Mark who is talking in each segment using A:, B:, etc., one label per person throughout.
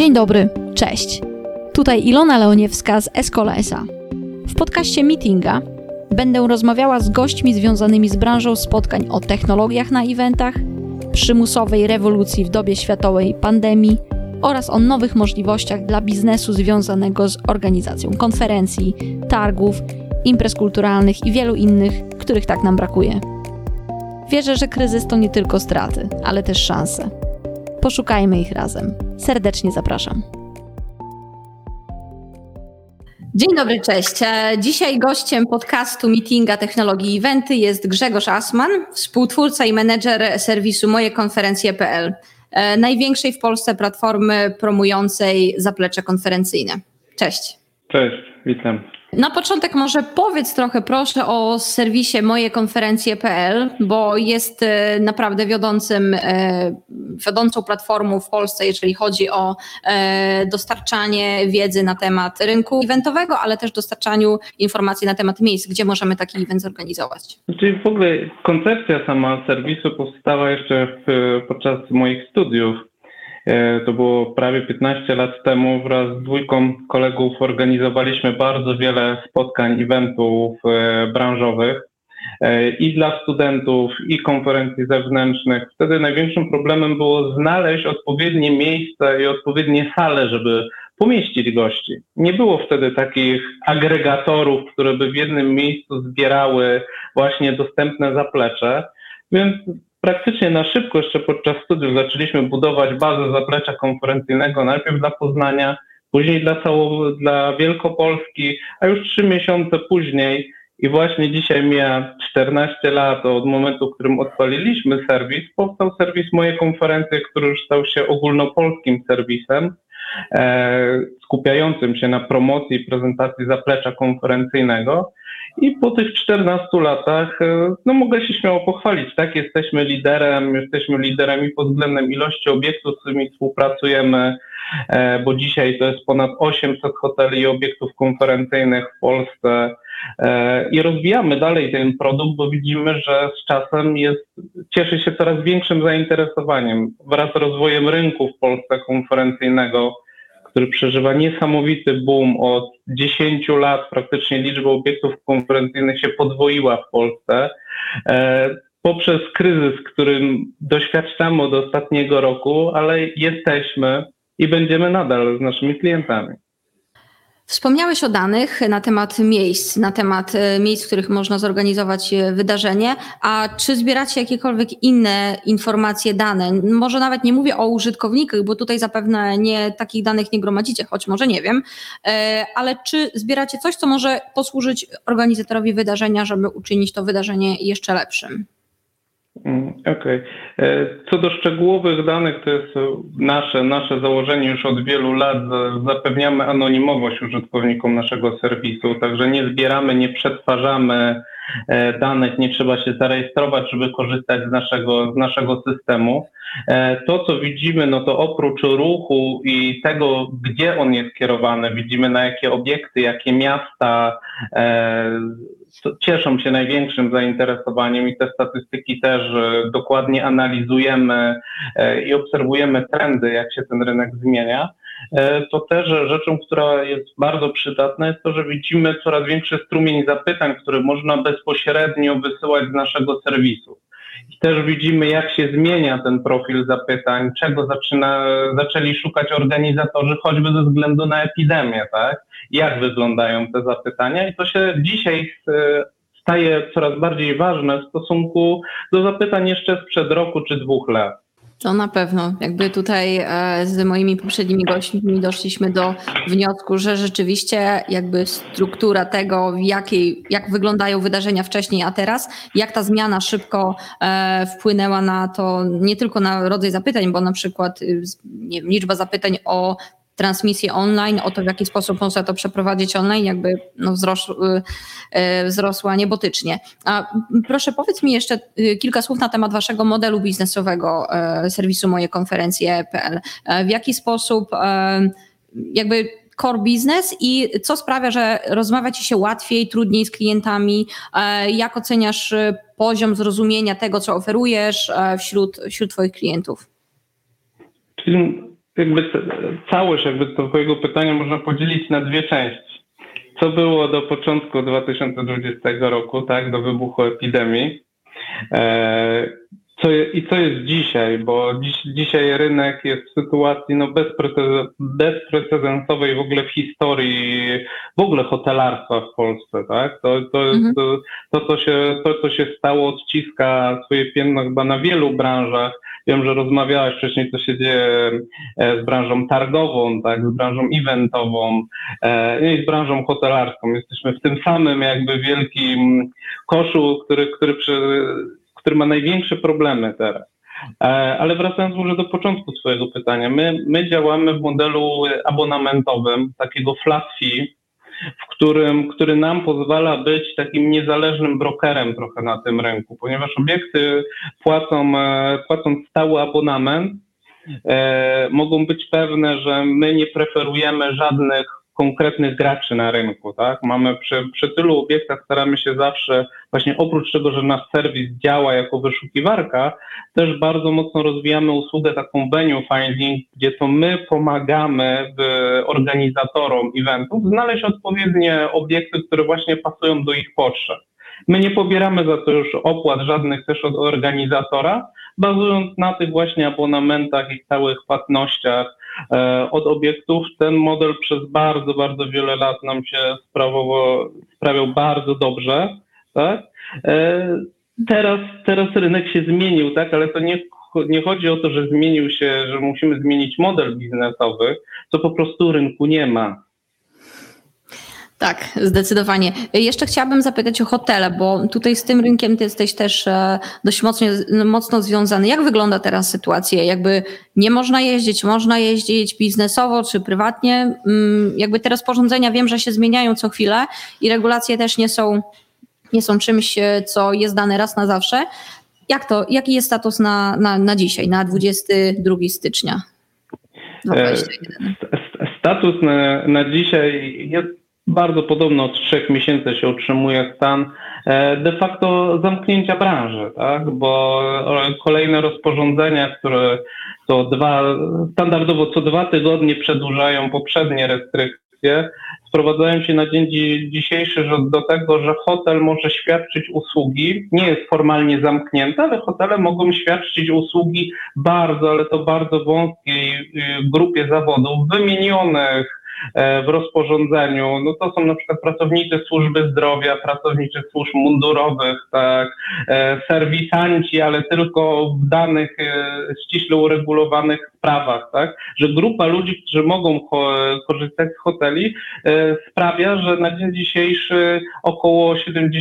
A: Dzień dobry, cześć. Tutaj Ilona Leoniewska z Escola S.A. W podcaście Meetinga będę rozmawiała z gośćmi związanymi z branżą spotkań o technologiach na eventach, przymusowej rewolucji w dobie światowej pandemii oraz o nowych możliwościach dla biznesu związanego z organizacją konferencji, targów, imprez kulturalnych i wielu innych, których tak nam brakuje. Wierzę, że kryzys to nie tylko straty, ale też szanse. Poszukajmy ich razem. Serdecznie zapraszam. Dzień dobry, cześć. Dzisiaj gościem podcastu Meetinga Technologii i Eventy jest Grzegorz Assmann, współtwórca i menedżer serwisu mojekonferencje.pl, największej w Polsce platformy promującej zaplecze konferencyjne. Cześć.
B: Cześć, witam.
A: Na początek może powiedz trochę proszę o serwisie mojekonferencje.pl, bo jest naprawdę wiodącą platformą w Polsce, jeżeli chodzi o dostarczanie wiedzy na temat rynku eventowego, ale też dostarczaniu informacji na temat miejsc, gdzie możemy taki event zorganizować.
B: Czyli w ogóle koncepcja sama serwisu powstała jeszcze podczas moich studiów. To było prawie 15 lat temu. Wraz z dwójką kolegów organizowaliśmy bardzo wiele spotkań, eventów branżowych i dla studentów, i konferencji zewnętrznych. Wtedy największym problemem było znaleźć odpowiednie miejsca i odpowiednie sale, żeby pomieścić gości. Nie było wtedy takich agregatorów, które by w jednym miejscu zbierały właśnie dostępne zaplecze, więc praktycznie na szybko jeszcze podczas studiów zaczęliśmy budować bazę zaplecza konferencyjnego, najpierw dla Poznania, później dla Wielkopolski, a już 3 miesiące później i właśnie dzisiaj mija 14 lat od momentu, w którym odpaliliśmy serwis, powstał serwis Moje Konferencje, który już stał się ogólnopolskim serwisem, skupiającym się na promocji i prezentacji zaplecza konferencyjnego. I po tych 14 latach, mogę się śmiało pochwalić, tak? Jesteśmy liderem i pod względem ilości obiektów, z którymi współpracujemy, bo dzisiaj to jest ponad 800 hoteli i obiektów konferencyjnych w Polsce i rozwijamy dalej ten produkt, bo widzimy, że z czasem cieszy się coraz większym zainteresowaniem wraz z rozwojem rynku w Polsce konferencyjnego, który przeżywa niesamowity boom. Od 10 lat praktycznie liczba obiektów konferencyjnych się podwoiła w Polsce. Poprzez kryzys, którym doświadczamy od ostatniego roku, ale jesteśmy i będziemy nadal z naszymi klientami.
A: Wspomniałeś o danych na temat miejsc, w których można zorganizować wydarzenie, a czy zbieracie jakiekolwiek inne informacje, dane? Może nawet nie mówię o użytkownikach, bo tutaj zapewne takich danych nie gromadzicie, choć może nie wiem, ale czy zbieracie coś, co może posłużyć organizatorowi wydarzenia, żeby uczynić to wydarzenie jeszcze lepszym?
B: Okej. Co do szczegółowych danych, to jest nasze założenie już od wielu lat. Zapewniamy anonimowość użytkownikom naszego serwisu, także nie zbieramy, nie przetwarzamy danych, nie trzeba się zarejestrować, żeby korzystać z naszego systemu. To, co widzimy, to oprócz ruchu i tego, gdzie on jest kierowany, widzimy na jakie obiekty, jakie miasta cieszą się największym zainteresowaniem i te statystyki też dokładnie analizujemy i obserwujemy trendy, jak się ten rynek zmienia. To też rzeczą, która jest bardzo przydatna, jest to, że widzimy coraz większy strumień zapytań, które można bezpośrednio wysyłać z naszego serwisu. I też widzimy, jak się zmienia ten profil zapytań, czego zaczęli szukać organizatorzy, choćby ze względu na epidemię, tak? Jak wyglądają te zapytania i to się dzisiaj staje coraz bardziej ważne w stosunku do zapytań jeszcze sprzed roku czy 2 lat.
A: To na pewno. Jakby tutaj z moimi poprzednimi gośćmi doszliśmy do wniosku, że rzeczywiście jakby struktura tego, jak wyglądają wydarzenia wcześniej, a teraz, jak ta zmiana szybko wpłynęła na to, nie tylko na rodzaj zapytań, bo na przykład liczba zapytań o transmisję online, o to, w jaki sposób można to przeprowadzić online, jakby wzrosła niebotycznie. A proszę powiedz mi jeszcze kilka słów na temat waszego modelu biznesowego serwisu mojekonferencje.pl. W jaki sposób jakby core business i co sprawia, że rozmawia ci się łatwiej, trudniej z klientami? Jak oceniasz poziom zrozumienia tego, co oferujesz wśród twoich klientów?
B: Czyli jakby całość twojego pytania można podzielić na dwie części. Co było do początku 2020 roku, tak, do wybuchu epidemii, co jest dzisiaj, bo dzisiaj rynek jest w sytuacji bezprecedensowej w ogóle w historii, w ogóle hotelarstwa w Polsce, tak? To, co się stało, odciska swoje piętno chyba na wielu branżach. Wiem, że rozmawiałaś wcześniej, co się dzieje z branżą targową, tak, z branżą eventową, i z branżą hotelarską. Jesteśmy w tym samym jakby wielkim koszu, który ma największe problemy teraz. Ale wracając może do początku twojego pytania, my działamy w modelu abonamentowym, takiego flat fee, który nam pozwala być takim niezależnym brokerem trochę na tym rynku, ponieważ obiekty płacąc stały abonament, mogą być pewne, że my nie preferujemy żadnych konkretnych graczy na rynku, tak? Mamy przy tylu obiektach staramy się zawsze, właśnie oprócz tego, że nasz serwis działa jako wyszukiwarka, też bardzo mocno rozwijamy usługę taką venue finding, gdzie to my pomagamy organizatorom eventów znaleźć odpowiednie obiekty, które właśnie pasują do ich potrzeb. My nie pobieramy za to już opłat żadnych też od organizatora, bazując na tych właśnie abonamentach i stałych płatnościach od obiektów. Ten model przez bardzo, bardzo wiele lat nam się sprawiał bardzo dobrze, tak? Teraz rynek się zmienił, tak? Ale to nie chodzi o to, że zmienił się, że musimy zmienić model biznesowy, to po prostu rynku nie ma.
A: Tak, zdecydowanie. Jeszcze chciałabym zapytać o hotele, bo tutaj z tym rynkiem ty jesteś też dość mocno związany. Jak wygląda teraz sytuacja? Jakby nie można jeździć biznesowo czy prywatnie? Jakby te rozporządzenia wiem, że się zmieniają co chwilę i regulacje też nie są czymś, co jest dane raz na zawsze. Jaki jest status na dzisiaj, na 22 stycznia 2021?
B: Status na dzisiaj jest bardzo podobno, od 3 miesięcy się utrzymuje stan de facto zamknięcia branży, tak? Bo kolejne rozporządzenia, które standardowo co 2 tygodnie przedłużają poprzednie restrykcje, sprowadzają się na dzień dzisiejszy do tego, że hotel może świadczyć usługi, nie jest formalnie zamknięty, ale hotele mogą świadczyć usługi ale to bardzo wąskiej grupie zawodów wymienionych w rozporządzeniu. No to są na przykład pracownicy służby zdrowia, pracownicy służb mundurowych, tak, serwisanci, ale tylko w danych ściśle uregulowanych sprawach, tak, że grupa ludzi, którzy mogą korzystać z hoteli, sprawia, że na dzień dzisiejszy około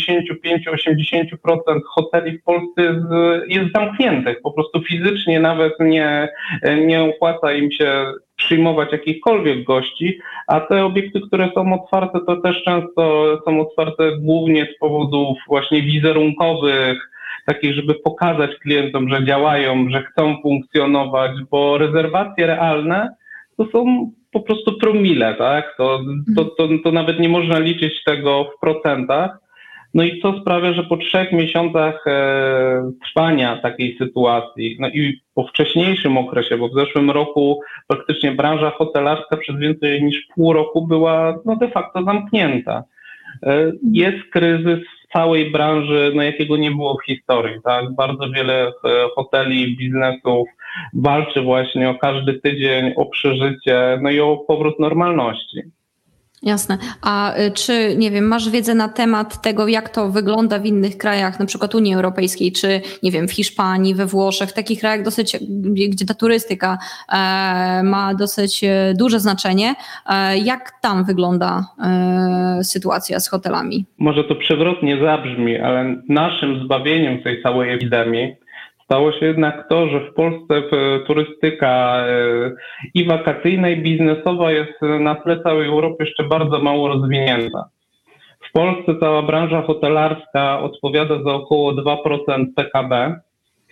B: 75-80% hoteli w Polsce jest zamkniętych. Po prostu fizycznie nawet nie opłaca im się przyjmować jakichkolwiek gości, a te obiekty, które są otwarte, to też często są otwarte głównie z powodów właśnie wizerunkowych, takich, żeby pokazać klientom, że działają, że chcą funkcjonować, bo rezerwacje realne to są po prostu promile, tak? To nawet nie można liczyć tego w procentach. No i co sprawia, że po 3 miesiącach trwania takiej sytuacji, no i po wcześniejszym okresie, bo w zeszłym roku praktycznie branża hotelarska przez więcej niż pół roku była de facto zamknięta. Jest kryzys w całej branży, jakiego nie było w historii, tak? Bardzo wiele hoteli, biznesów walczy właśnie o każdy tydzień, o przeżycie, no i o powrót normalności.
A: Jasne. A czy, nie wiem, masz wiedzę na temat tego, jak to wygląda w innych krajach, na przykład Unii Europejskiej, czy, nie wiem, w Hiszpanii, we Włoszech, w takich krajach gdzie ta turystyka ma dosyć duże znaczenie. Jak tam wygląda sytuacja z hotelami?
B: Może to przewrotnie zabrzmi, ale naszym zbawieniem tej całej epidemii stało się jednak to, że w Polsce turystyka i wakacyjna, i biznesowa jest na tle całej Europy jeszcze bardzo mało rozwinięta. W Polsce cała branża hotelarska odpowiada za około 2% PKB.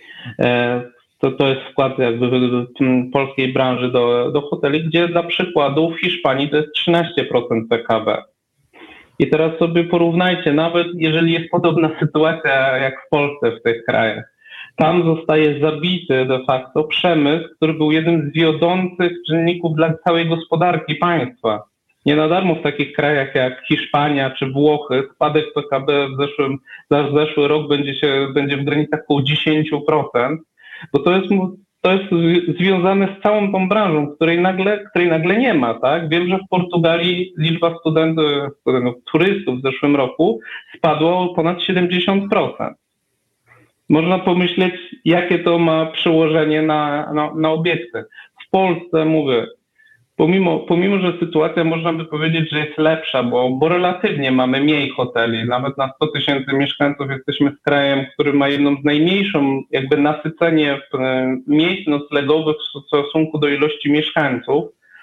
B: To jest wkład jakby polskiej branży do hoteli, gdzie dla przykładu w Hiszpanii to jest 13% PKB. I teraz sobie porównajcie, nawet jeżeli jest podobna sytuacja jak w Polsce w tych krajach, tam zostaje zabity de facto przemysł, który był jednym z wiodących czynników dla całej gospodarki państwa. Nie na darmo w takich krajach jak Hiszpania czy Włochy spadek PKB za zeszły rok będzie w granicach około 10%, bo to jest związane z całą tą branżą, której nagle nie ma, tak? Wiem, że w Portugalii liczba turystów w zeszłym roku spadła o ponad 70%. Można pomyśleć, jakie to ma przełożenie na obiekty. W Polsce, mówię, pomimo, że sytuacja można by powiedzieć, że jest lepsza, bo relatywnie mamy mniej hoteli, nawet na 100 tysięcy mieszkańców jesteśmy z krajem, który ma jedną z najmniejszą jakby nasycenie miejsc noclegowych w stosunku do ilości mieszkańców,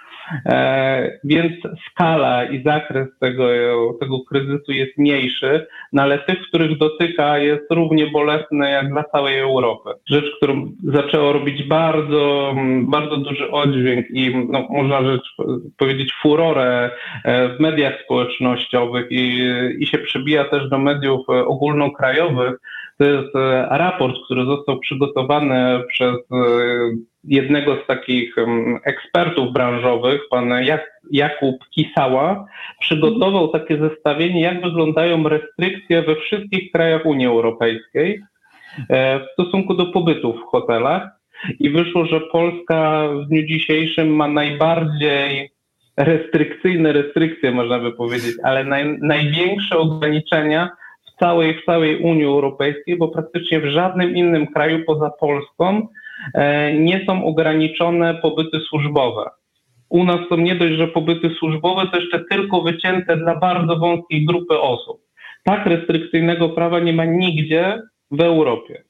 B: więc skala i zakres tego kryzysu jest mniejszy, no ale tych, których dotyka, jest równie bolesny jak dla całej Europy. Rzecz, którą zaczęło robić bardzo, bardzo duży oddźwięk i można powiedzieć furorę w mediach społecznościowych i się przebija też do mediów ogólnokrajowych. To jest raport, który został przygotowany przez jednego z takich ekspertów branżowych, pan Jakub Kisała, przygotował takie zestawienie, jak wyglądają restrykcje we wszystkich krajach Unii Europejskiej w stosunku do pobytu w hotelach i wyszło, że Polska w dniu dzisiejszym ma najbardziej restrykcje można by powiedzieć, ale największe ograniczenia w całej Unii Europejskiej, bo praktycznie w żadnym innym kraju poza Polską nie są ograniczone pobyty służbowe. U nas są nie dość, że pobyty służbowe, to jeszcze tylko wycięte dla bardzo wąskiej grupy osób. Tak restrykcyjnego prawa nie ma nigdzie w Europie.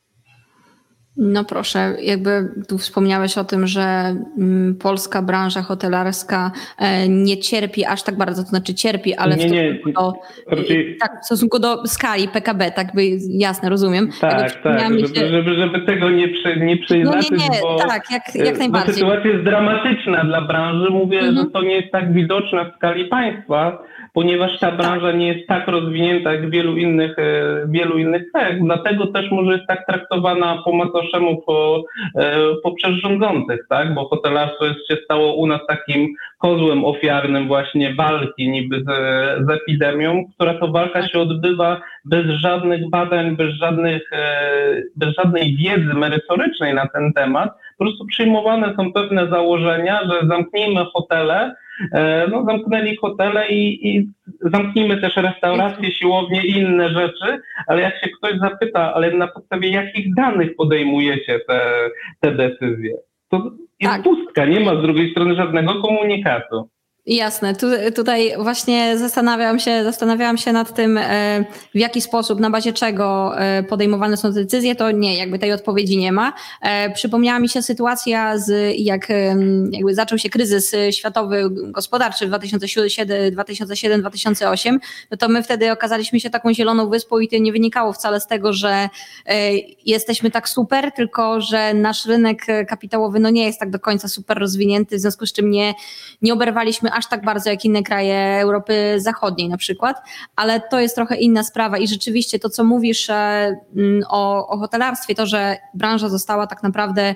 A: No proszę, jakby tu wspomniałeś o tym, że polska branża hotelarska nie cierpi aż tak bardzo, to znaczy cierpi, ale w stosunku do skali PKB, tak by jasne, rozumiem.
B: Tak, żeby tego nie przeinaczyć,
A: jak najbardziej.
B: Sytuacja jest dramatyczna dla branży, mówię, że to nie jest tak widoczne w skali państwa, ponieważ ta branża nie jest tak rozwinięta jak w wielu innych krajach. Dlatego też może jest tak traktowana po macoszemu poprzez rządzących, tak? Bo hotelarstwo się stało u nas takim kozłem ofiarnym właśnie walki niby z epidemią, która to walka się odbywa bez żadnych badań, bez żadnej wiedzy merytorycznej na ten temat. Po prostu przyjmowane są pewne założenia, że zamknijmy hotele, zamknęli hotele i zamknijmy też restauracje, siłownie i inne rzeczy, ale jak się ktoś zapyta, ale na podstawie jakich danych podejmujecie te decyzje, to jest pustka, nie ma z drugiej strony żadnego komunikatu.
A: Jasne. Tutaj właśnie zastanawiałam się nad tym, w jaki sposób, na bazie czego podejmowane są decyzje, to nie, jakby tej odpowiedzi nie ma. Przypomniała mi się sytuacja jak zaczął się kryzys światowy gospodarczy w 2007-2008, no to my wtedy okazaliśmy się taką zieloną wyspą i to nie wynikało wcale z tego, że jesteśmy tak super, tylko że nasz rynek kapitałowy nie jest tak do końca super rozwinięty, w związku z czym nie oberwaliśmy aż tak bardzo jak inne kraje Europy Zachodniej na przykład, ale to jest trochę inna sprawa i rzeczywiście to, co mówisz o hotelarstwie, to, że branża została tak naprawdę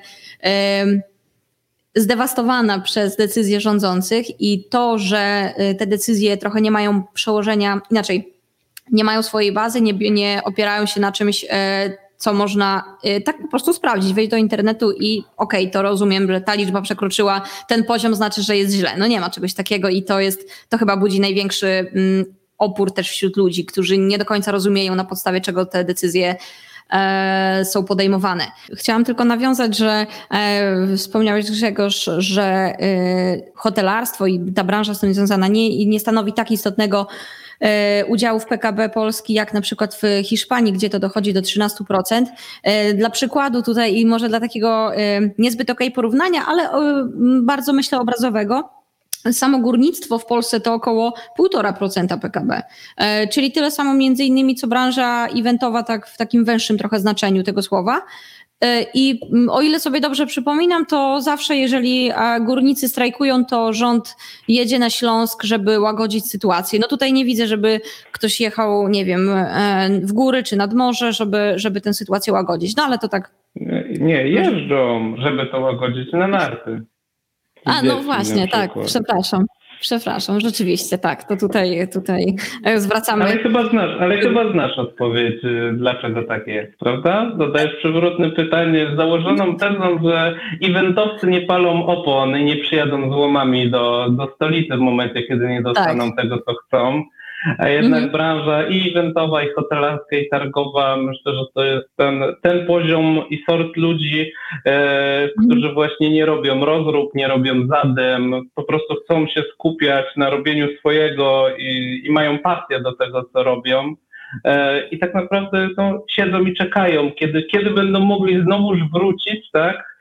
A: zdewastowana przez decyzje rządzących i to, że te decyzje trochę nie mają przełożenia, inaczej, nie mają swojej bazy, nie opierają się na czymś, co można tak po prostu sprawdzić, wejść do internetu i to rozumiem, że ta liczba przekroczyła ten poziom, znaczy, że jest źle. No nie ma czegoś takiego i to chyba budzi największy opór też wśród ludzi, którzy nie do końca rozumieją, na podstawie czego te decyzje są podejmowane. Chciałam tylko nawiązać, że wspomniałeś, Grzegorz, że hotelarstwo i ta branża z tym związana nie stanowi tak istotnego udziału w PKB Polski, jak na przykład w Hiszpanii, gdzie to dochodzi do 13%. Dla przykładu tutaj i może dla takiego niezbyt porównania, ale bardzo myślę obrazowego, samo górnictwo w Polsce to około 1,5% PKB, czyli tyle samo między innymi co branża eventowa, tak w takim węższym trochę znaczeniu tego słowa. I o ile sobie dobrze przypominam, to zawsze jeżeli górnicy strajkują, to rząd jedzie na Śląsk, żeby łagodzić sytuację. No tutaj nie widzę, żeby ktoś jechał, nie wiem, w góry czy nad morze, żeby tę sytuację łagodzić. No ale to tak...
B: Nie, jeżdżą, żeby to łagodzić na narty.
A: No właśnie, tak, Przepraszam, rzeczywiście, tak, to tutaj zwracamy...
B: Ale chyba znasz odpowiedź, dlaczego tak jest, prawda? Zadajesz przewrotne pytanie z założoną tezą, że eventowcy nie palą opon i nie przyjadą z łomami do stolicy w momencie, kiedy nie dostaną tego, co chcą. A jednak branża i eventowa, i hotelarska, i targowa, myślę, że to jest ten poziom i sort ludzi, którzy właśnie nie robią rozrób, nie robią zadym, po prostu chcą się skupiać na robieniu swojego i mają pasję do tego, co robią. I tak naprawdę siedzą i czekają, kiedy będą mogli znowuż wrócić, tak?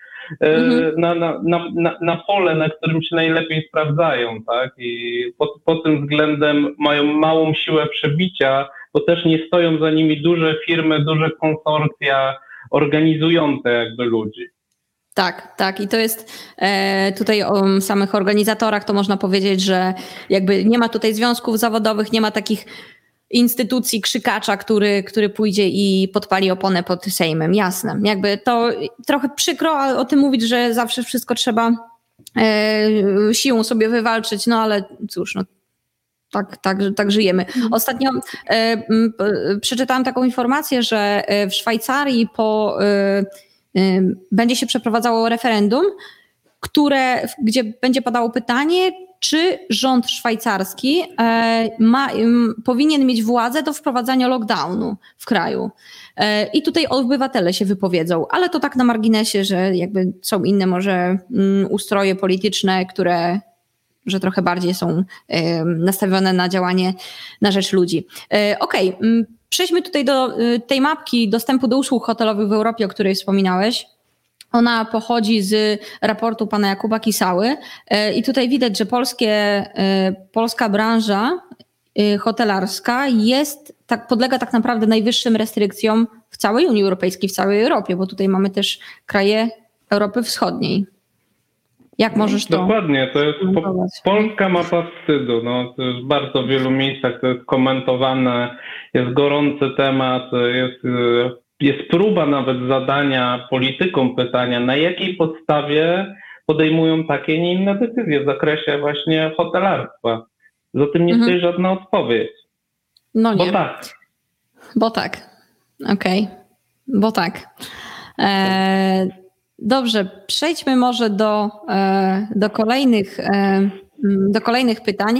B: Na pole, na którym się najlepiej sprawdzają, tak? I pod tym względem mają małą siłę przebicia, bo też nie stoją za nimi duże firmy, duże konsorcja organizujące jakby ludzi.
A: Tak. I to jest tutaj o samych organizatorach, to można powiedzieć, że jakby nie ma tutaj związków zawodowych, nie ma takich instytucji krzykacza, który pójdzie i podpali oponę pod Sejmem. Jasne. Jakby to trochę przykro o tym mówić, że zawsze wszystko trzeba siłą sobie wywalczyć, no ale cóż, no tak żyjemy. Ostatnio przeczytałam taką informację, że w Szwajcarii będzie się przeprowadzało referendum, gdzie będzie padało pytanie, czy rząd szwajcarski powinien mieć władzę do wprowadzania lockdownu w kraju. I tutaj obywatele się wypowiedzą, ale to tak na marginesie, że jakby są inne może ustroje polityczne, że trochę bardziej są nastawione na działanie na rzecz ludzi. Okej, przejdźmy tutaj do tej mapki dostępu do usług hotelowych w Europie, o której wspominałeś. Ona pochodzi z raportu pana Jakuba Kisały i tutaj widać, że polska branża hotelarska podlega tak naprawdę najwyższym restrykcjom w całej Unii Europejskiej, w całej Europie, bo tutaj mamy też kraje Europy Wschodniej. Jak możesz to...
B: Dokładnie, to jest polska mapa wstydu. No, to jest w bardzo wielu miejscach to jest komentowane, jest gorący temat, jest próba nawet zadania politykom pytania, na jakiej podstawie podejmują takie, nie inne decyzje w zakresie właśnie hotelarstwa. Za tym nie stoi żadna odpowiedź.
A: No nie.
B: Bo tak.
A: Okej. Bo tak. Dobrze, przejdźmy może do kolejnych pytań.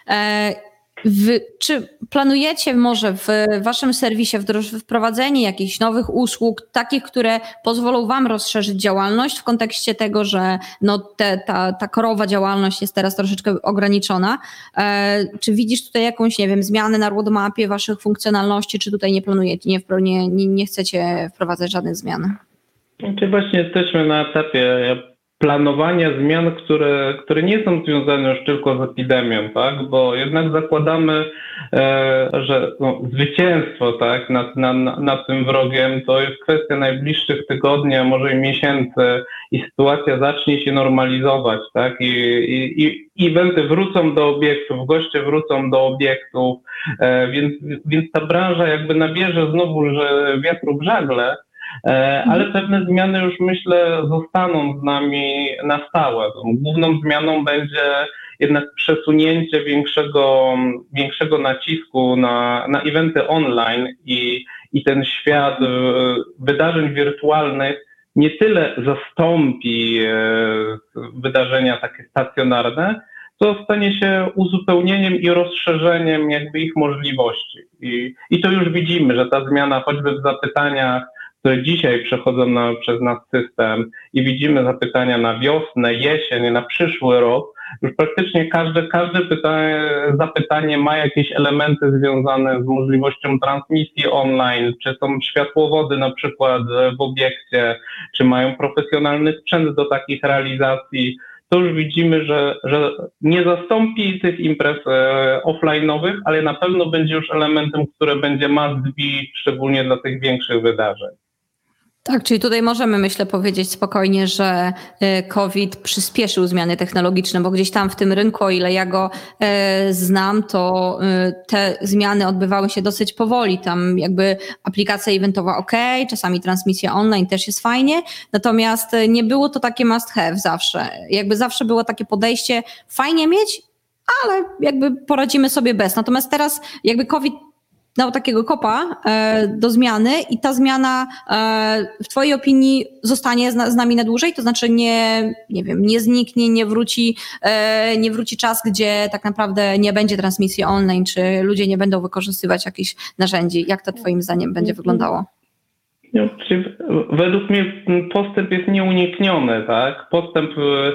A: Czy planujecie może w waszym serwisie wprowadzenie jakichś nowych usług, takich, które pozwolą wam rozszerzyć działalność w kontekście tego, że ta korowa działalność jest teraz troszeczkę ograniczona? Czy widzisz tutaj jakąś, nie wiem, zmianę na roadmapie waszych funkcjonalności, czy tutaj nie planujecie, nie chcecie wprowadzać żadnych zmian?
B: Czy właśnie jesteśmy na etapie planowania zmian, które nie są związane już tylko z epidemią, tak? Bo jednak zakładamy, że zwycięstwo, tak, nad tym wrogiem to jest kwestia najbliższych tygodni, a może i miesięcy i sytuacja zacznie się normalizować, tak? I eventy wrócą do obiektów, goście wrócą do obiektów, więc ta branża jakby nabierze znowu wiatru w żagle, ale pewne zmiany już myślę zostaną z nami na stałe. Główną zmianą będzie jednak przesunięcie większego nacisku na eventy online i ten świat wydarzeń wirtualnych nie tyle zastąpi wydarzenia takie stacjonarne, co stanie się uzupełnieniem i rozszerzeniem jakby ich możliwości. I to już widzimy, że ta zmiana choćby w zapytaniach, które dzisiaj przechodzą przez nasz system i widzimy zapytania na wiosnę, jesień, na przyszły rok, już praktycznie każde zapytanie ma jakieś elementy związane z możliwością transmisji online, czy są światłowody na przykład w obiekcie, czy mają profesjonalny sprzęt do takich realizacji. To już widzimy, że nie zastąpi tych imprez offline'owych, ale na pewno będzie już elementem, które będzie must be, szczególnie dla tych większych wydarzeń.
A: Tak, czyli tutaj możemy, myślę, powiedzieć spokojnie, że COVID przyspieszył zmiany technologiczne, bo gdzieś tam w tym rynku, o ile ja go znam, to te zmiany odbywały się dosyć powoli. Tam jakby aplikacja eventowa ok, czasami transmisja online też jest fajnie, natomiast nie było to takie must have zawsze. Jakby zawsze było takie podejście, fajnie mieć, ale jakby poradzimy sobie bez. Natomiast teraz jakby COVID dał takiego kopa do zmiany i ta zmiana w twojej opinii zostanie z nami na dłużej? To znaczy nie wiem, nie zniknie, nie wróci czas, gdzie tak naprawdę nie będzie transmisji online, czy ludzie nie będą wykorzystywać jakichś narzędzi? Jak to twoim zdaniem będzie wyglądało?
B: Według mnie postęp jest nieunikniony, tak? Postęp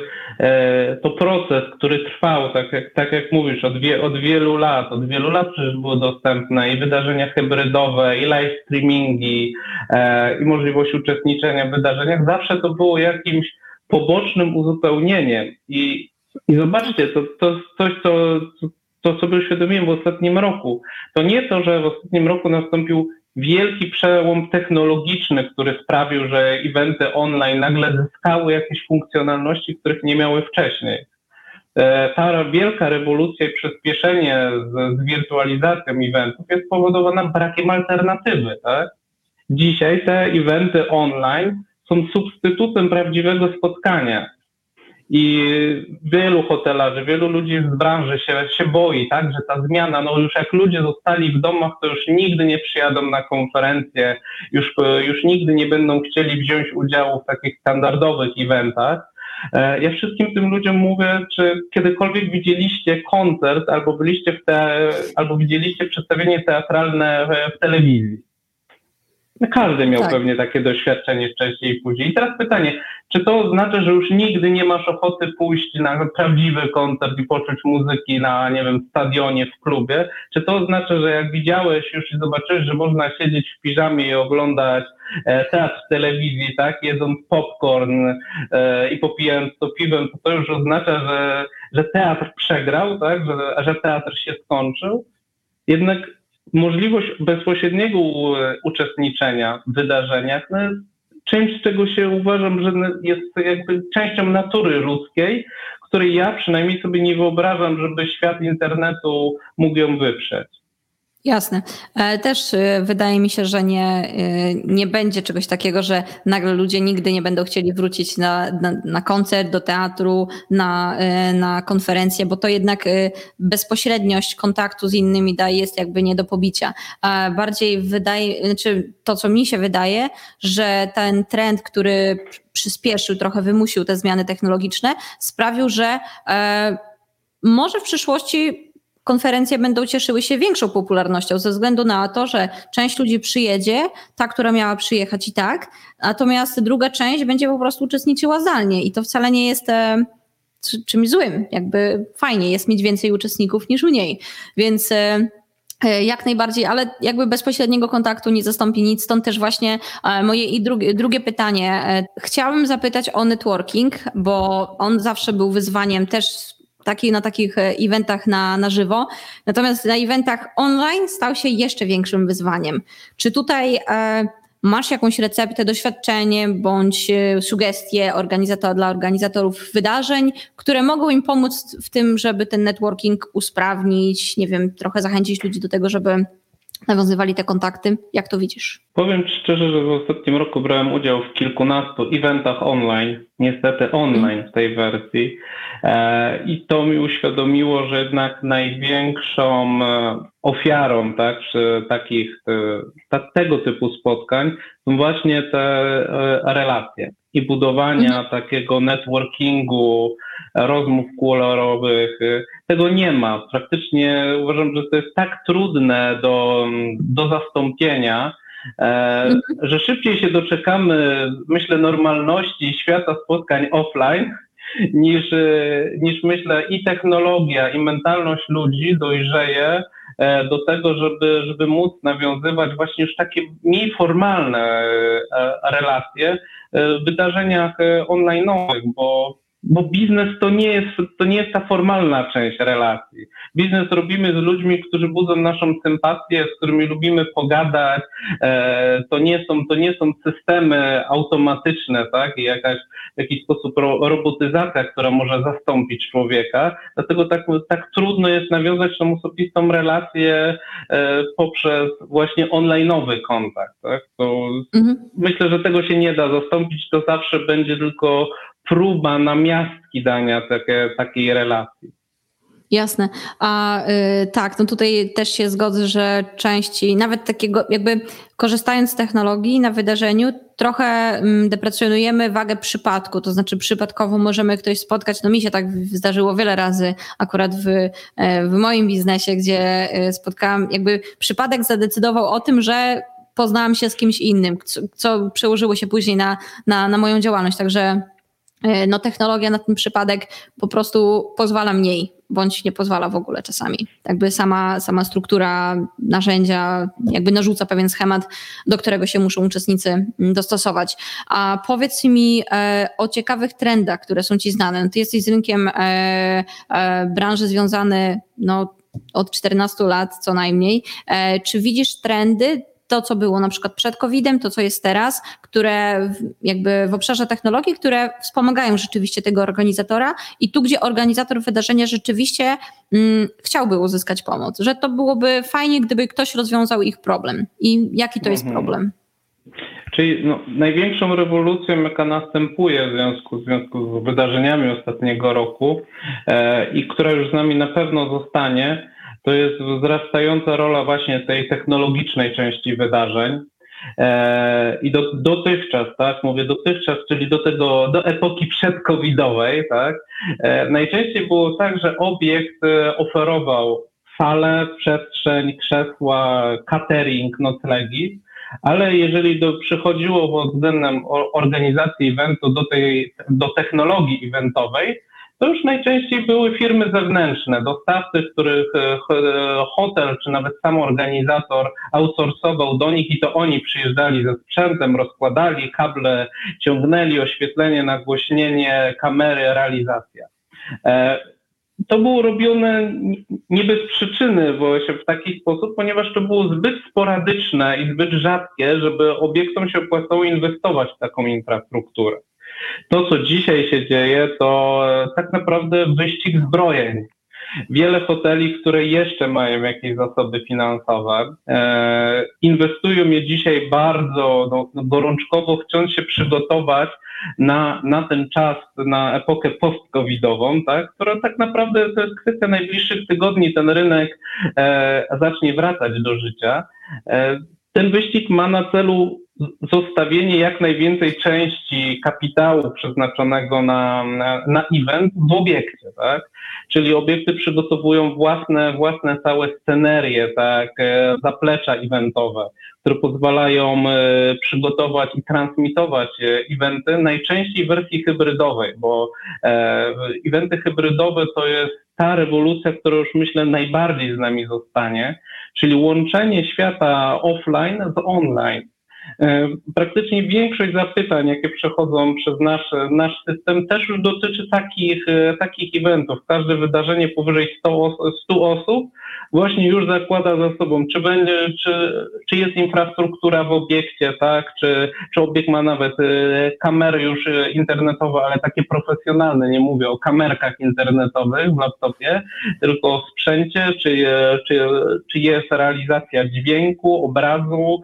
B: to proces, który trwał, tak jak mówisz, od wielu lat. Od wielu lat przecież było dostępne i wydarzenia hybrydowe, i live streamingi, i możliwość uczestniczenia w wydarzeniach. Zawsze to było jakimś pobocznym uzupełnieniem. I zobaczcie, to jest coś, co sobie uświadomiłem w ostatnim roku. To nie to, że w ostatnim roku nastąpił wielki przełom technologiczny, który sprawił, że eventy online nagle zyskały jakieś funkcjonalności, których nie miały wcześniej. Ta wielka rewolucja i przyspieszenie z wirtualizacją eventów jest spowodowana brakiem alternatywy. Tak? Dzisiaj te eventy online są substytutem prawdziwego spotkania. I wielu hotelarzy, wielu ludzi z branży się boi, tak, że ta zmiana, no już jak ludzie zostali w domach, to już nigdy nie przyjadą na konferencje, już nigdy nie będą chcieli wziąć udziału w takich standardowych eventach. Ja wszystkim tym ludziom mówię, czy kiedykolwiek widzieliście koncert albo widzieliście przedstawienie teatralne w telewizji. Każdy miał pewnie takie doświadczenie wcześniej i później. I teraz pytanie, czy to oznacza, że już nigdy nie masz ochoty pójść na prawdziwy koncert i poczuć muzyki na, nie wiem, stadionie, w klubie? Czy to oznacza, że jak widziałeś już i zobaczyłeś, że można siedzieć w piżamie i oglądać teatr w telewizji, tak, jedząc popcorn i popijając to piwem, to już oznacza, że teatr przegrał, tak, że teatr się skończył? Jednak możliwość bezpośredniego uczestniczenia w wydarzeniach no jest czymś, z czego się uważam, że jest jakby częścią natury ludzkiej, której ja przynajmniej sobie nie wyobrażam, żeby świat internetu mógł ją wyprzeć.
A: Jasne. Też wydaje mi się, że nie będzie czegoś takiego, że nagle ludzie nigdy nie będą chcieli wrócić na koncert, do teatru, na konferencję, bo to jednak bezpośredniość kontaktu z innymi jest jakby nie do pobicia. Bardziej to, co mi się wydaje, że ten trend, który przyspieszył, trochę wymusił te zmiany technologiczne, sprawił, że może w przyszłości konferencje będą cieszyły się większą popularnością ze względu na to, że część ludzi przyjedzie, ta, która miała przyjechać i tak, natomiast druga część będzie po prostu uczestniczyła zdalnie i to wcale nie jest czymś złym. Jakby fajnie jest mieć więcej uczestników niż mniej, więc jak najbardziej, ale jakby bezpośredniego kontaktu nie zastąpi nic, stąd też właśnie moje drugie pytanie. Chciałabym zapytać o networking, bo on zawsze był wyzwaniem też na takich eventach na żywo. Natomiast na eventach online stał się jeszcze większym wyzwaniem. Czy tutaj masz jakąś receptę, doświadczenie bądź sugestie dla organizatorów wydarzeń, które mogą im pomóc w tym, żeby ten networking usprawnić, nie wiem, trochę zachęcić ludzi do tego, żeby nawiązywali te kontakty? Jak to widzisz?
B: Powiem szczerze, że w ostatnim roku brałem udział w kilkunastu eventach online, niestety online w tej wersji i to mi uświadomiło, że jednak największą ofiarą tak, przy tego typu spotkań są właśnie te relacje i budowania takiego networkingu, rozmów kolorowych. Tego nie ma. Praktycznie uważam, że to jest tak trudne do zastąpienia, że szybciej się doczekamy, myślę, normalności świata spotkań offline, niż myślę i technologia, i mentalność ludzi dojrzeje do tego, żeby móc nawiązywać właśnie już takie mniej formalne relacje w wydarzeniach online'owych, bo bo biznes to nie jest ta formalna część relacji. Biznes robimy z ludźmi, którzy budzą naszą sympatię, z którymi lubimy pogadać. To nie są systemy automatyczne, tak? I w jakiś sposób robotyzacja, która może zastąpić człowieka. Dlatego tak trudno jest nawiązać tą osobistą relację poprzez właśnie online'owy kontakt, tak? Myślę, że tego się nie da zastąpić, to zawsze będzie tylko próba namiastki dania takiej relacji.
A: Jasne. Tak, no tutaj też się zgodzę, że części, nawet takiego jakby korzystając z technologii na wydarzeniu, trochę deprecjonujemy wagę przypadku, to znaczy przypadkowo możemy ktoś spotkać, no mi się tak zdarzyło wiele razy akurat w moim biznesie, gdzie spotkałam, jakby przypadek zadecydował o tym, że poznałam się z kimś innym, co przełożyło się później na moją działalność, także no technologia na ten przypadek po prostu pozwala mniej, bądź nie pozwala w ogóle czasami. Jakby sama struktura narzędzia jakby narzuca pewien schemat, do którego się muszą uczestnicy dostosować. A powiedz mi o ciekawych trendach, które są ci znane. No ty jesteś z rynkiem branży związany od 14 lat co najmniej. Czy widzisz trendy, to, co było na przykład przed COVID-em, to, co jest teraz, które jakby w obszarze technologii, które wspomagają rzeczywiście tego organizatora i tu, gdzie organizator wydarzenia rzeczywiście chciałby uzyskać pomoc, że to byłoby fajnie, gdyby ktoś rozwiązał ich problem. I jaki to jest problem?
B: Czyli największą rewolucją, jaka następuje w związku z wydarzeniami ostatniego roku i która już z nami na pewno zostanie, to jest wzrastająca rola właśnie tej technologicznej części wydarzeń. I dotychczas, tak, mówię dotychczas, czyli do epoki przedcovidowej, tak, najczęściej było tak, że obiekt oferował salę, przestrzeń, krzesła, catering, noclegi, ale jeżeli przychodziło pod względem organizacji eventu do technologii eventowej, to już najczęściej były firmy zewnętrzne, dostawcy, których hotel czy nawet sam organizator outsourcował do nich i to oni przyjeżdżali ze sprzętem, rozkładali, kable ciągnęli, oświetlenie, nagłośnienie, kamery, realizacja. To było robione nie bez przyczyny właśnie w taki sposób, ponieważ to było zbyt sporadyczne i zbyt rzadkie, żeby obiektom się opłacało inwestować w taką infrastrukturę. To, co dzisiaj się dzieje, to tak naprawdę wyścig zbrojeń. Wiele hoteli, które jeszcze mają jakieś zasoby finansowe, inwestują je dzisiaj bardzo gorączkowo, chcąc się przygotować na ten czas, na epokę post-covidową, tak, która tak naprawdę to jest kwestia najbliższych tygodni, ten rynek zacznie wracać do życia. Ten wyścig ma na celu zostawienie jak najwięcej części kapitału przeznaczonego na event w obiekcie, tak? Czyli obiekty przygotowują własne całe scenerie, tak, zaplecza eventowe, które pozwalają przygotować i transmitować eventy, najczęściej w wersji hybrydowej, bo eventy hybrydowe to jest ta rewolucja, która już myślę najbardziej z nami zostanie, czyli łączenie świata offline z online. Praktycznie większość zapytań, jakie przechodzą przez nasz system, też już dotyczy takich eventów. Każde wydarzenie powyżej 100 osób właśnie już zakłada za sobą, czy jest infrastruktura w obiekcie, tak, czy obiekt ma nawet kamery już internetowe, ale takie profesjonalne, nie mówię o kamerkach internetowych w laptopie, tylko o sprzęcie, czy jest realizacja dźwięku, obrazu,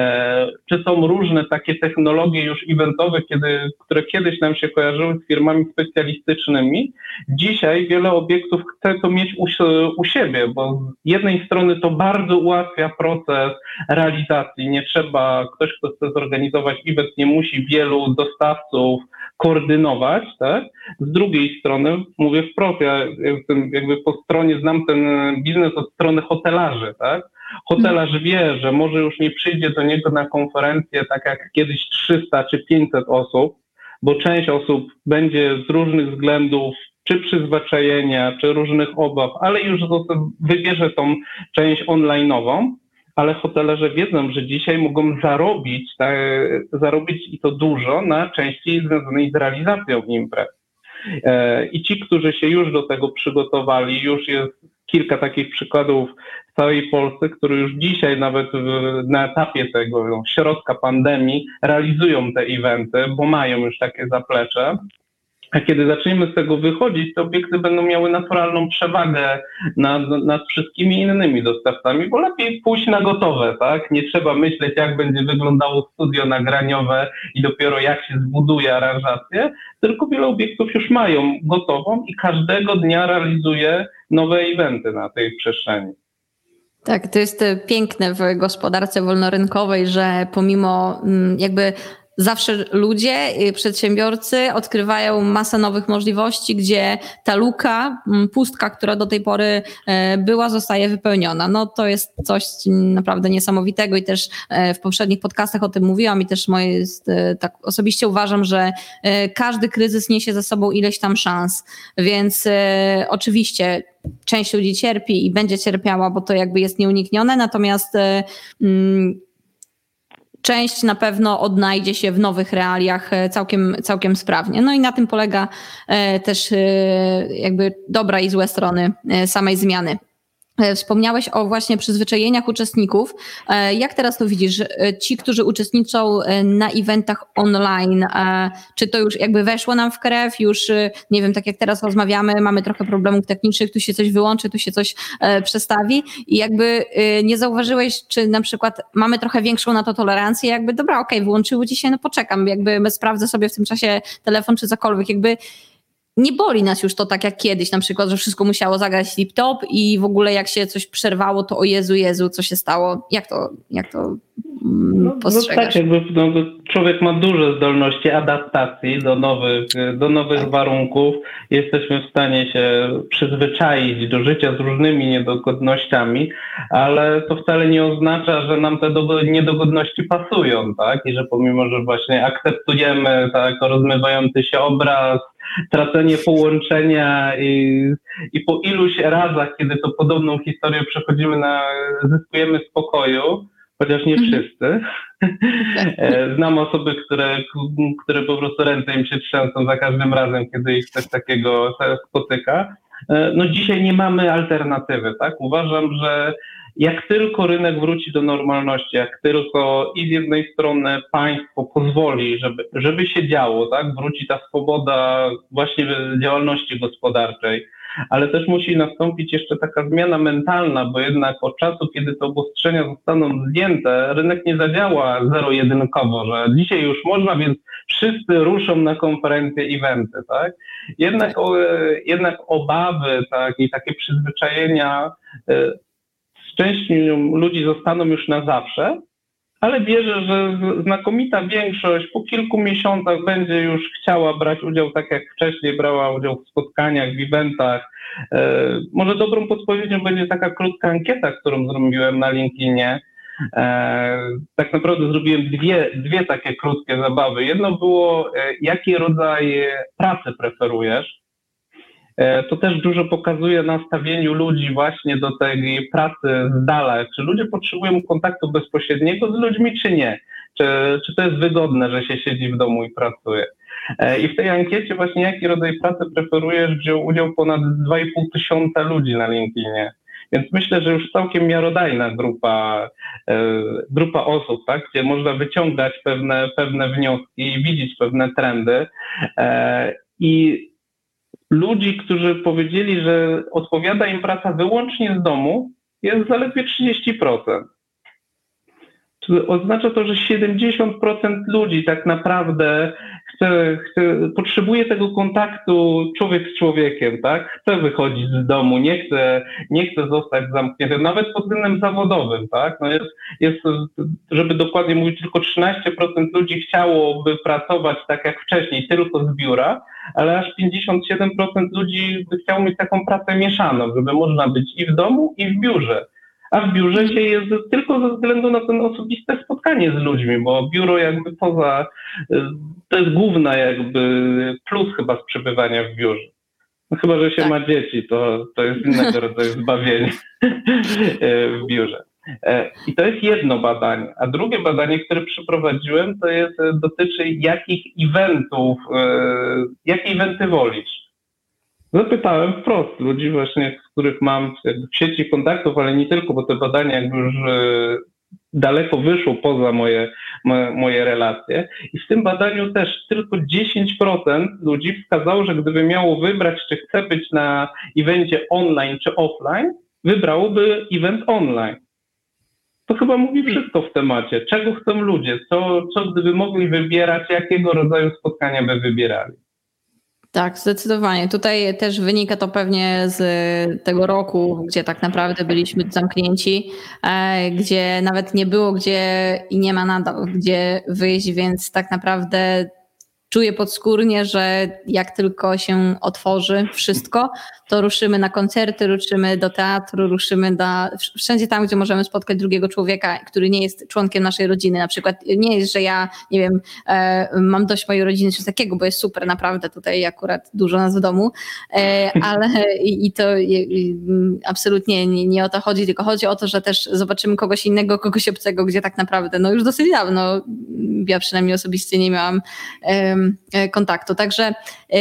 B: czy są różne takie technologie już eventowe, które kiedyś nam się kojarzyły z firmami specjalistycznymi. Dzisiaj wiele obiektów chce to mieć u siebie, bo z jednej strony to bardzo ułatwia proces realizacji. Nie trzeba, ktoś, kto chce zorganizować event, nie musi wielu dostawców koordynować, tak? Z drugiej strony, mówię wprost, ja jakby po stronie znam ten biznes od strony hotelarzy, tak? Hotelarz wie, że może już nie przyjdzie do niego na konferencję tak jak kiedyś 300 czy 500 osób, bo część osób będzie z różnych względów, czy przyzwyczajenia, czy różnych obaw, ale już wybierze tą część online'ową, ale hotelarze wiedzą, że dzisiaj mogą zarobić i to dużo na części związanej z realizacją imprez. I ci, którzy się już do tego przygotowali, już jest kilka takich przykładów w całej Polsce, które już dzisiaj nawet na etapie tego środka pandemii realizują te eventy, bo mają już takie zaplecze. A kiedy zaczniemy z tego wychodzić, te obiekty będą miały naturalną przewagę nad wszystkimi innymi dostawcami, bo lepiej pójść na gotowe, tak? Nie trzeba myśleć, jak będzie wyglądało studio nagraniowe i dopiero jak się zbuduje aranżację, tylko wiele obiektów już mają gotową i każdego dnia realizuje nowe eventy na tej przestrzeni.
A: Tak, to jest piękne w gospodarce wolnorynkowej, że pomimo jakby zawsze ludzie, przedsiębiorcy odkrywają masę nowych możliwości, gdzie ta luka, pustka, która do tej pory była, zostaje wypełniona. No to jest coś naprawdę niesamowitego i też w poprzednich podcastach o tym mówiłam i też tak osobiście uważam, że każdy kryzys niesie ze sobą ileś tam szans, więc oczywiście część ludzi cierpi i będzie cierpiała, bo to jakby jest nieuniknione, natomiast część na pewno odnajdzie się w nowych realiach całkiem sprawnie. No i na tym polega też jakby dobra i złe strony samej zmiany. Wspomniałeś o właśnie przyzwyczajeniach uczestników. Jak teraz to widzisz? Ci, którzy uczestniczą na eventach online, czy to już jakby weszło nam w krew? Już nie wiem, tak jak teraz rozmawiamy, mamy trochę problemów technicznych, tu się coś wyłączy, tu się coś przestawi i jakby nie zauważyłeś, czy na przykład mamy trochę większą na to tolerancję, jakby dobra, okej, wyłączyły dzisiaj, no poczekam, jakby sprawdzę sobie w tym czasie telefon czy cokolwiek, jakby nie boli nas już to tak jak kiedyś, na przykład, że wszystko musiało zagrać tip-top i w ogóle jak się coś przerwało, to o Jezu, co się stało? Jak to postrzegasz?
B: Tak, jakby człowiek ma duże zdolności adaptacji do nowych warunków. Jesteśmy w stanie się przyzwyczaić do życia z różnymi niedogodnościami, ale to wcale nie oznacza, że nam te niedogodności pasują, tak? I że pomimo, że właśnie akceptujemy tak rozmywający się obraz, tracenie połączenia i po iluś razach, kiedy to podobną historię przechodzimy, zyskujemy spokoju, chociaż nie wszyscy. Znam osoby, które po prostu ręce im się trzęsą za każdym razem, kiedy ich coś takiego spotyka. No dzisiaj nie mamy alternatywy, tak? Uważam, że jak tylko rynek wróci do normalności, jak tylko i z jednej strony państwo pozwoli, żeby się działo, tak? Wróci ta swoboda właśnie działalności gospodarczej, ale też musi nastąpić jeszcze taka zmiana mentalna, bo jednak od czasu, kiedy te obostrzenia zostaną zdjęte, rynek nie zadziała zero-jedynkowo, że dzisiaj już można, więc wszyscy ruszą na konferencje, eventy, tak? Jednak obawy, tak, i takie przyzwyczajenia z częścią ludzi zostaną już na zawsze, ale wierzę, że znakomita większość po kilku miesiącach będzie już chciała brać udział tak jak wcześniej brała udział w spotkaniach, w eventach. Może dobrą podpowiedzią będzie taka krótka ankieta, którą zrobiłem na LinkedInie. Tak naprawdę zrobiłem dwie takie krótkie zabawy. Jedno było, jaki rodzaj pracy preferujesz. To też dużo pokazuje nastawieniu ludzi właśnie do tej pracy z dala. Czy ludzie potrzebują kontaktu bezpośredniego z ludźmi, czy nie? Czy to jest wygodne, że się siedzi w domu i pracuje? I w tej ankiecie właśnie jaki rodzaj pracy preferujesz wziął udział ponad 2,5 tysiąca ludzi na LinkedInie. Więc myślę, że już całkiem miarodajna grupa osób, tak, gdzie można wyciągać pewne wnioski i widzieć pewne trendy. I ludzi, którzy powiedzieli, że odpowiada im praca wyłącznie z domu, jest zaledwie 30%. Oznacza to, że 70% ludzi tak naprawdę potrzebuje tego kontaktu człowiek z człowiekiem, tak? Chce wychodzić z domu, nie chce zostać zamknięty, nawet pod względem zawodowym, tak? No jest, żeby dokładnie mówić, tylko 13% ludzi chciałoby pracować tak jak wcześniej, tylko z biura, ale aż 57% ludzi by chciało mieć taką pracę mieszaną, żeby można być i w domu, i w biurze. A w biurze się jest tylko ze względu na to osobiste spotkanie z ludźmi, bo biuro jakby to jest główna jakby plus chyba z przebywania w biurze. No chyba, że się ma dzieci, to jest innego rodzaju zbawienie w biurze. I to jest jedno badanie. A drugie badanie, które przeprowadziłem, dotyczy jakie eventy wolisz. Zapytałem wprost ludzi właśnie, z których mam w sieci kontaktów, ale nie tylko, bo te badania jakby już daleko wyszło poza moje relacje. I w tym badaniu też tylko 10% ludzi wskazało, że gdyby miało wybrać, czy chce być na evencie online czy offline, wybrałoby event online. To chyba mówi wszystko w temacie. Czego chcą ludzie? Co gdyby mogli wybierać, jakiego rodzaju spotkania by wybierali?
C: Tak, zdecydowanie. Tutaj też wynika to pewnie z tego roku, gdzie tak naprawdę byliśmy zamknięci, gdzie nawet nie było gdzie i nie ma nadal gdzie wyjść, więc tak naprawdę czuję podskórnie, że jak tylko się otworzy wszystko, to ruszymy na koncerty, ruszymy do teatru, ruszymy wszędzie tam, gdzie możemy spotkać drugiego człowieka, który nie jest członkiem naszej rodziny. Na przykład nie jest, że ja, nie wiem, mam dość mojej rodziny czy takiego, bo jest super, naprawdę tutaj akurat dużo nas w domu, ale i to absolutnie nie o to chodzi, tylko chodzi o to, że też zobaczymy kogoś innego, kogoś obcego, gdzie tak naprawdę no już dosyć dawno, ja przynajmniej osobiście nie miałam kontaktu. Także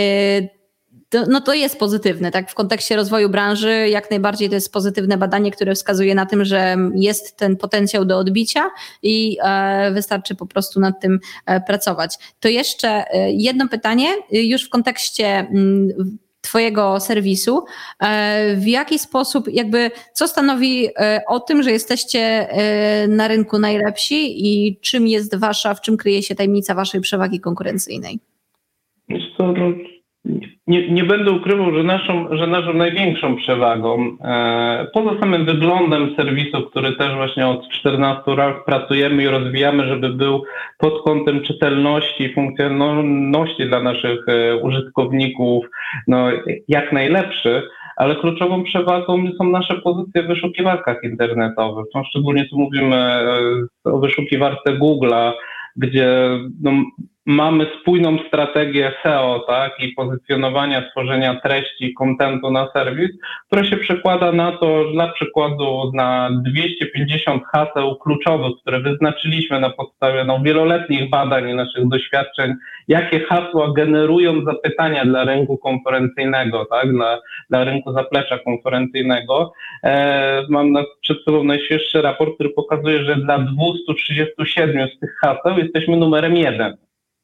C: to jest pozytywne, tak? W kontekście rozwoju branży jak najbardziej to jest pozytywne badanie, które wskazuje na tym, że jest ten potencjał do odbicia i wystarczy po prostu nad tym pracować. To jeszcze jedno pytanie już w kontekście Twojego serwisu. W jaki sposób, co stanowi o tym, że jesteście na rynku najlepsi i w czym kryje się tajemnica waszej przewagi konkurencyjnej?
B: Wiesz co, nie będę ukrywał, że naszą największą przewagą, poza samym wyglądem serwisu, który też właśnie od 14 lat pracujemy i rozwijamy, żeby był pod kątem czytelności i funkcjonalności dla naszych użytkowników jak najlepszy, ale kluczową przewagą są nasze pozycje w wyszukiwarkach internetowych. Szczególnie tu mówimy o wyszukiwarce Google'a, gdzie mamy spójną strategię SEO, tak, i pozycjonowania, tworzenia treści, kontentu na serwis, które się przekłada na to, dla przykładu na 250 haseł kluczowych, które wyznaczyliśmy na podstawie wieloletnich badań i naszych doświadczeń, jakie hasła generują zapytania dla rynku konferencyjnego, tak, dla rynku zaplecza konferencyjnego. Mam przed sobą najświeższy raport, który pokazuje, że dla 237 z tych haseł jesteśmy numerem 1.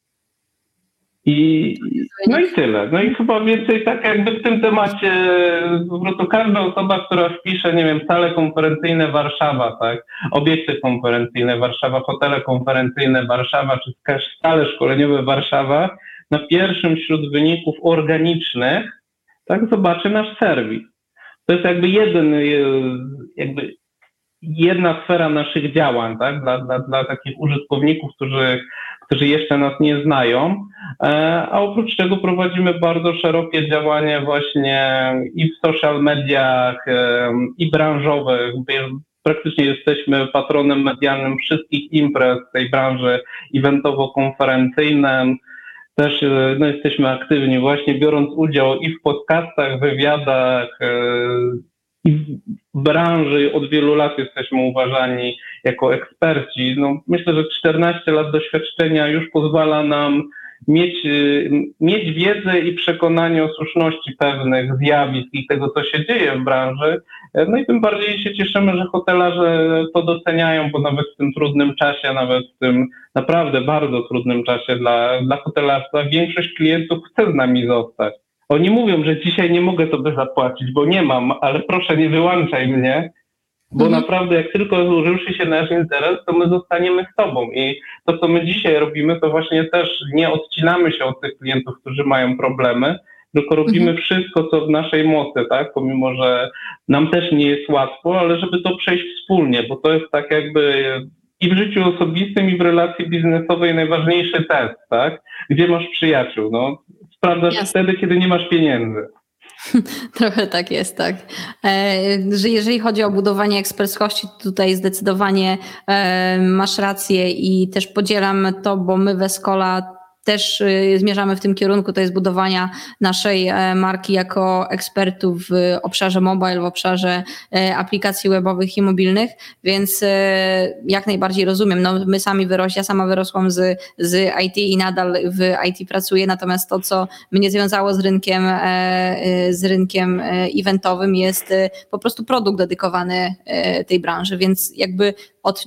B: I tyle. I chyba więcej tak jakby w tym temacie po prostu każda osoba, która wpisze, nie wiem, sale konferencyjne Warszawa, tak, obiekty konferencyjne Warszawa, hotele konferencyjne Warszawa, czy sale szkoleniowe Warszawa, na pierwszym wśród wyników organicznych, tak, zobaczy nasz serwis. To jest jedna sfera naszych działań, tak, dla takich użytkowników, którzy jeszcze nas nie znają, a oprócz tego prowadzimy bardzo szerokie działania właśnie i w social mediach, i branżowych. Praktycznie jesteśmy patronem medialnym wszystkich imprez w tej branży eventowo-konferencyjnej. Też jesteśmy aktywni właśnie biorąc udział i w podcastach, wywiadach, i w branży od wielu lat jesteśmy uważani jako eksperci. Myślę, że 14 lat doświadczenia już pozwala nam mieć wiedzę i przekonanie o słuszności pewnych zjawisk i tego, co się dzieje w branży. I tym bardziej się cieszymy, że hotelarze to doceniają, bo nawet w tym trudnym czasie, nawet w tym naprawdę bardzo trudnym czasie dla hotelarstwa większość klientów chce z nami zostać. Oni mówią, że dzisiaj nie mogę sobie zapłacić, bo nie mam, ale proszę nie wyłączaj mnie, bo naprawdę jak tylko ruszy się nasz interes, to my zostaniemy z tobą. I to, co my dzisiaj robimy, to właśnie też nie odcinamy się od tych klientów, którzy mają problemy, tylko robimy wszystko, co w naszej mocy, tak? Pomimo, że nam też nie jest łatwo, ale żeby to przejść wspólnie, bo to jest tak jakby i w życiu osobistym, i w relacji biznesowej najważniejszy test, tak? Gdzie masz przyjaciół? Sprawdzasz wtedy, kiedy nie masz pieniędzy.
C: Trochę tak jest, tak. Że jeżeli chodzi o budowanie eksperckości, tutaj zdecydowanie masz rację i też podzielam to, bo my w Escola też zmierzamy w tym kierunku, to jest budowania naszej marki jako ekspertów w obszarze mobile, w obszarze aplikacji webowych i mobilnych, więc jak najbardziej rozumiem. No, ja sama wyrosłam z IT i nadal w IT pracuję, natomiast to, co mnie związało z rynkiem eventowym, jest po prostu produkt dedykowany tej branży, więc jakby od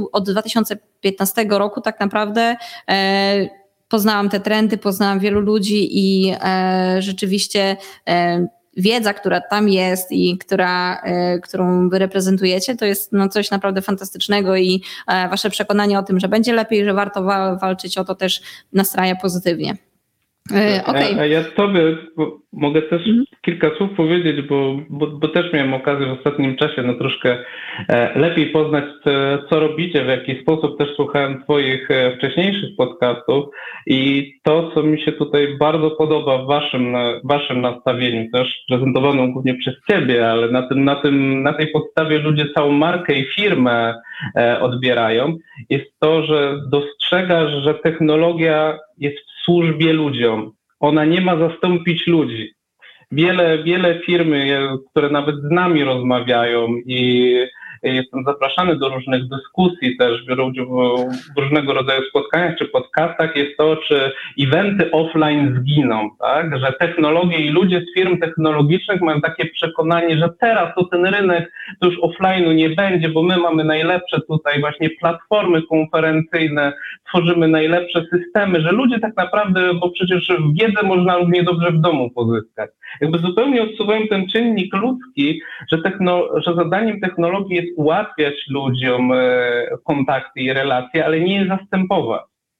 C: 2015 roku tak naprawdę poznałam te trendy, poznałam wielu ludzi i rzeczywiście wiedza, która tam jest i którą wy reprezentujecie, to jest coś naprawdę fantastycznego i wasze przekonanie o tym, że będzie lepiej, że warto walczyć o to, też nastraja pozytywnie. Okay.
B: A ja tobie mogę też kilka słów powiedzieć, bo też miałem okazję w ostatnim czasie troszkę lepiej poznać, co robicie, w jaki sposób. Też słuchałem twoich wcześniejszych podcastów i to, co mi się tutaj bardzo podoba w waszym nastawieniu, też prezentowaną głównie przez ciebie, ale na tej podstawie ludzie całą markę i firmę odbierają, jest to, że dostrzegasz, że technologia jest w służbie ludziom. Ona nie ma zastąpić ludzi. Wiele firmy, które nawet z nami rozmawiają i jestem zapraszany do różnych dyskusji, też biorę udział w różnego rodzaju spotkaniach czy podcastach, jest to, czy eventy offline zginą, tak? Że technologie i ludzie z firm technologicznych mają takie przekonanie, że teraz to ten rynek to już offline'u nie będzie, bo my mamy najlepsze tutaj właśnie platformy konferencyjne, tworzymy najlepsze systemy, że ludzie tak naprawdę, bo przecież wiedzę można równie dobrze w domu pozyskać. Jakby zupełnie odsuwają ten czynnik ludzki, że zadaniem technologii jest ułatwiać ludziom kontakty i relacje, ale nie je zastępować.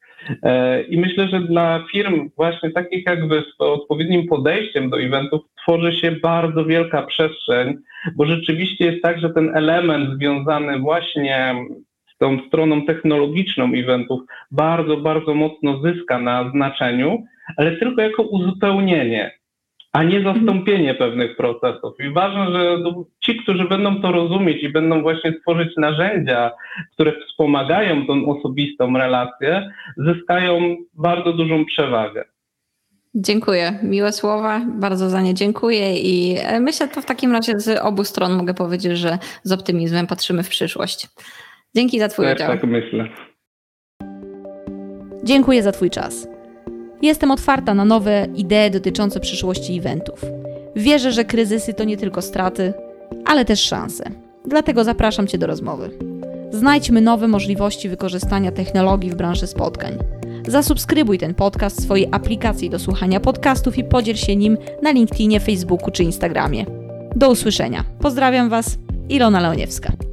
B: I myślę, że dla firm właśnie takich jak wy z odpowiednim podejściem do eventów tworzy się bardzo wielka przestrzeń, bo rzeczywiście jest tak, że ten element związany właśnie z tą stroną technologiczną eventów bardzo, bardzo mocno zyska na znaczeniu, ale tylko jako uzupełnienie, a nie zastąpienie pewnych procesów. I ważne, że ci, którzy będą to rozumieć i będą właśnie tworzyć narzędzia, które wspomagają tą osobistą relację, zyskają bardzo dużą przewagę.
C: Dziękuję. Miłe słowa, bardzo za nie dziękuję i myślę, to w takim razie z obu stron mogę powiedzieć, że z optymizmem patrzymy w przyszłość. Dzięki za twój udział.
B: Tak myślę.
A: Dziękuję za twój czas. Jestem otwarta na nowe idee dotyczące przyszłości eventów. Wierzę, że kryzysy to nie tylko straty, ale też szanse. Dlatego zapraszam cię do rozmowy. Znajdźmy nowe możliwości wykorzystania technologii w branży spotkań. Zasubskrybuj ten podcast w swojej aplikacji do słuchania podcastów i podziel się nim na LinkedInie, Facebooku czy Instagramie. Do usłyszenia. Pozdrawiam Was, Ilona Leoniewska.